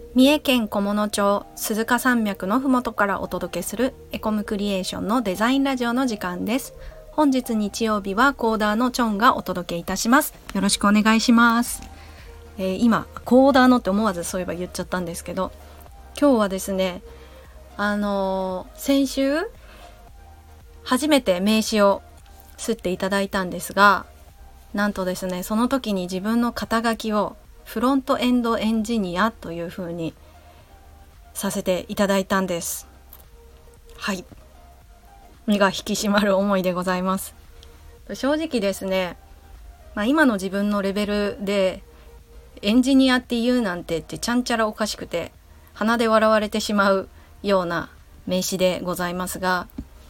三重県菰野町鈴鹿山脈のふもとからお届けするエコムクリエーションのデザインラジオの時間です。本日日曜日はコーダーのチョンがお届けいたします。よろしくお願いします。今コーダーのって思わずそういえば言っちゃったんですけど、今日はですね先週初めて名刺を刷っていただいたんですが、なんとですねその時に自分の肩書きをフロントエンドエンジニアという風にさせていただいたんです。はい、身が引き締まる思いでございます。正直ですね、今の自分のレベルでエンジニアって言うなんてってちゃんちゃらおかしくて鼻で笑われてしまうような名詞でございますが、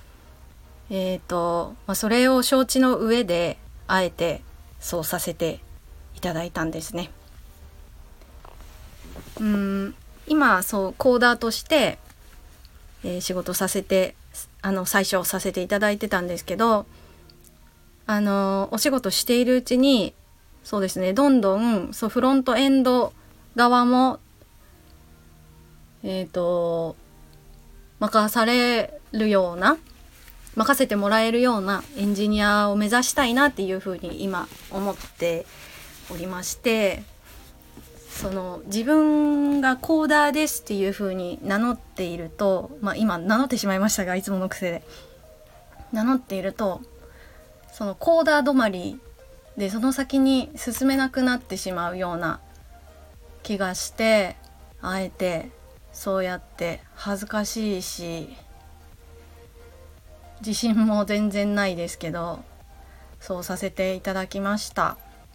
それを承知の上であえてそうさせていただいたんですね。今そうコーダーとして、仕事させて最初させていただいてたんですけど、お仕事しているうちにそうですね、どんどんフロントエンド側も任せてもらえるようなエンジニアを目指したいなっていうふうに今思っておりまして、自分がコーダーですっていうふうに名乗っていると、今名乗ってしまいましたが、いつもの癖で名乗っているとそのコーダー止まりでその先に進めなくなってしまうような気がして、あえてそうやって恥ずかしいし自信も全然ないですけどそうさせていただきました。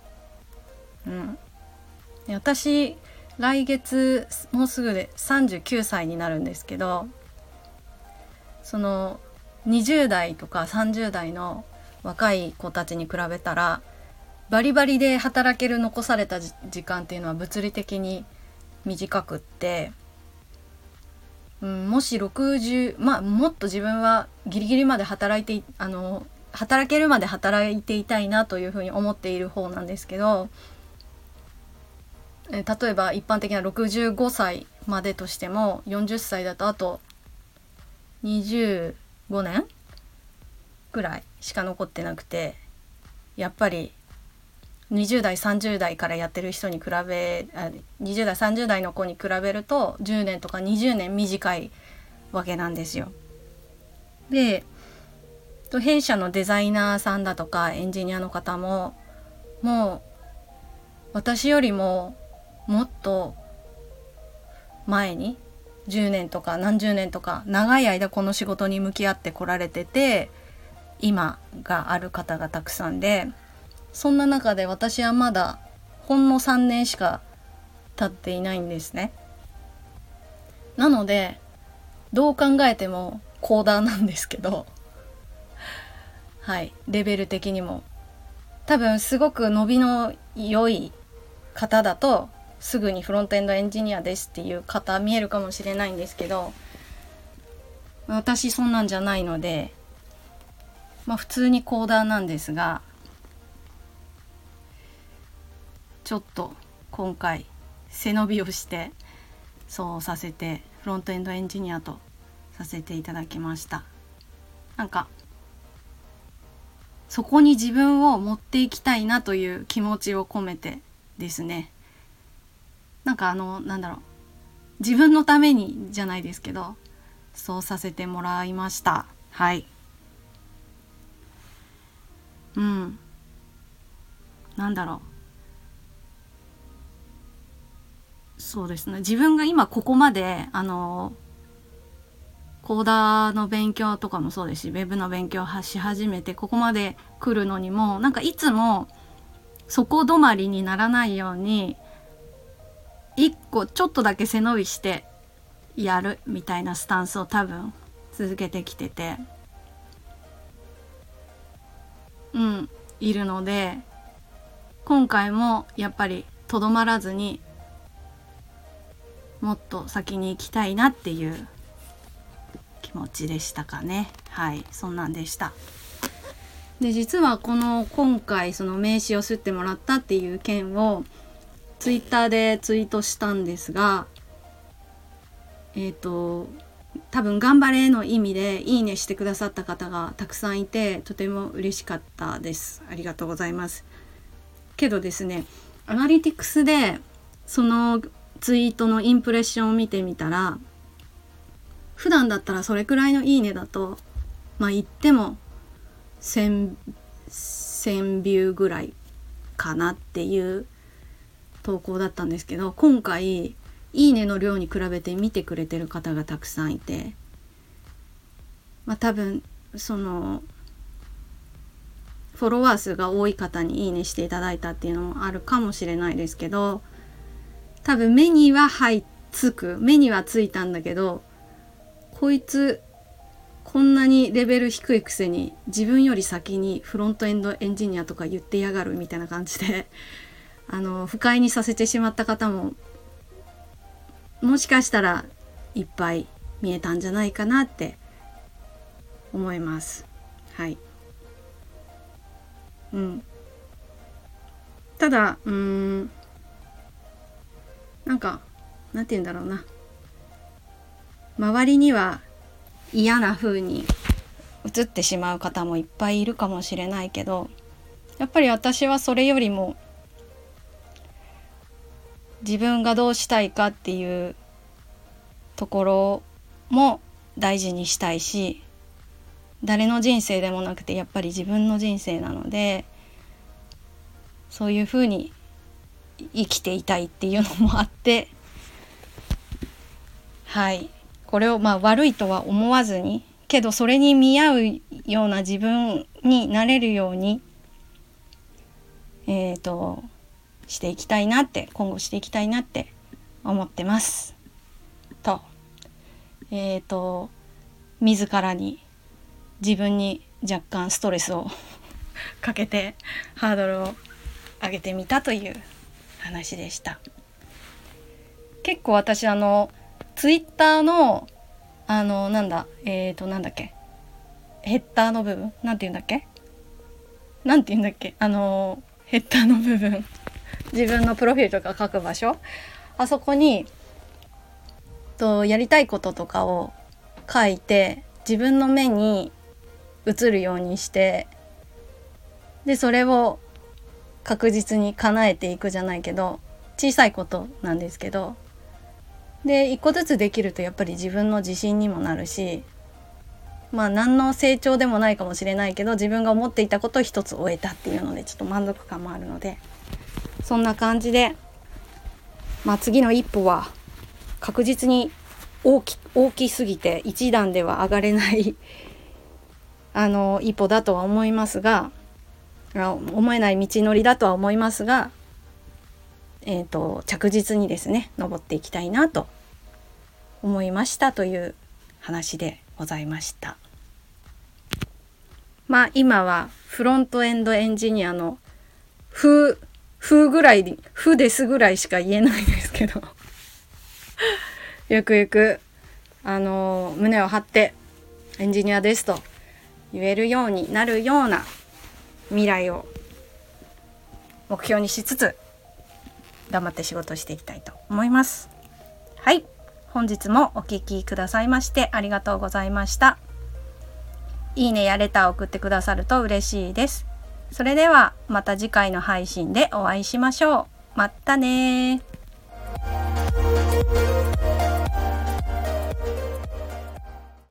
私来月もうすぐで39歳になるんですけど、その20代とか30代の若い子たちに比べたらバリバリで働ける残された時間っていうのは物理的に短くって、もし60、もっと自分はギリギリまで働けるまで働いていたいなというふうに思っている方なんですけど、例えば一般的な65歳までとしても40歳だとあと25年ぐらいしか残ってなくて、やっぱり20代30代からやってる人に20代30代の子に比べると10年とか20年短いわけなんですよ。で弊社のデザイナーさんだとかエンジニアの方ももう私よりももっと前に10年とか何十年とか長い間この仕事に向き合ってこられてて今がある方がたくさんで、そんな中で私はまだほんの3年しか経っていないんですね。なのでどう考えてもコーダーなんですけど、レベル的にも多分すごく伸びの良い方だとすぐにフロントエンドエンジニアですっていう方見えるかもしれないんですけど、私そんなんじゃないので普通にコーダーなんですが、ちょっと今回背伸びをしてそうさせてフロントエンドエンジニアとさせていただきました。そこに自分を持っていきたいなという気持ちを込めてですね、自分のためにじゃないですけどそうさせてもらいました。そうですね、自分が今ここまでコーダーの勉強とかもそうですしウェブの勉強をし始めてここまで来るのにもいつもそこ止まりにならないように一個ちょっとだけ背伸びしてやるみたいなスタンスを多分続けてきてているので、今回もやっぱりとどまらずにもっと先に行きたいなっていう気持ちでしたかね。そんなんでした。で実は今回その名刺を刷ってもらったっていう件をツイッターでツイートしたんですが、 多分頑張れの意味でいいねしてくださった方がたくさんいて、とても嬉しかったです。ありがとうございます。けどですね、アナリティクスでそのツイートのインプレッションを見てみたら、普段だったらそれくらいのいいねだと言っても1000ビューぐらいかなっていう投稿だったんですけど、今回いいねの量に比べて見てくれてる方がたくさんいて、多分そのフォロワー数が多い方にいいねしていただいたっていうのもあるかもしれないですけど、多分目にはついたんだけど、こいつこんなにレベル低いくせに自分より先にフロントエンドエンジニアとか言ってやがるみたいな感じで不快にさせてしまった方ももしかしたらいっぱい見えたんじゃないかなって思います。はい。ただなんて言うんだろうな、周りには嫌な風に映ってしまう方もいっぱいいるかもしれないけど、やっぱり私はそれよりも自分がどうしたいかっていうところも大事にしたいし、誰の人生でもなくてやっぱり自分の人生なので、そういう風に生きていたいっていうのもあって、はい、これを悪いとは思わずに、けどそれに見合うような自分になれるようにしていきたいなって、今後していきたいなって思ってますと、自らに自分に若干ストレスをかけてハードルを上げてみたという話でした。結構私ツイッターのなんだっけ、ヘッダーの部分なんて言うんだっけヘッダーの部分自分のプロフィールとか書く場所、あそこにやりたいこととかを書いて自分の目に映るようにして、でそれを確実に叶えていくじゃないけど、小さいことなんですけど、で一個ずつできるとやっぱり自分の自信にもなるし、何の成長でもないかもしれないけど、自分が思っていたことを一つ終えたっていうのでちょっと満足感もあるので、そんな感じで次の一歩は確実に大きすぎて一段では上がれない一歩だとは思いますが、思えない道のりだとは思いますが、着実にですね登っていきたいなと思いましたという話でございました。今はフロントエンドエンジニアの風ですぐらいしか言えないですけどゆくゆく胸を張ってエンジニアですと言えるようになるような未来を目標にしつつ頑張って仕事していきたいと思います。はい、本日もお聞きくださいましてありがとうございました。いいねやレターを送ってくださると嬉しいです。それではまた次回の配信でお会いしましょう。またね。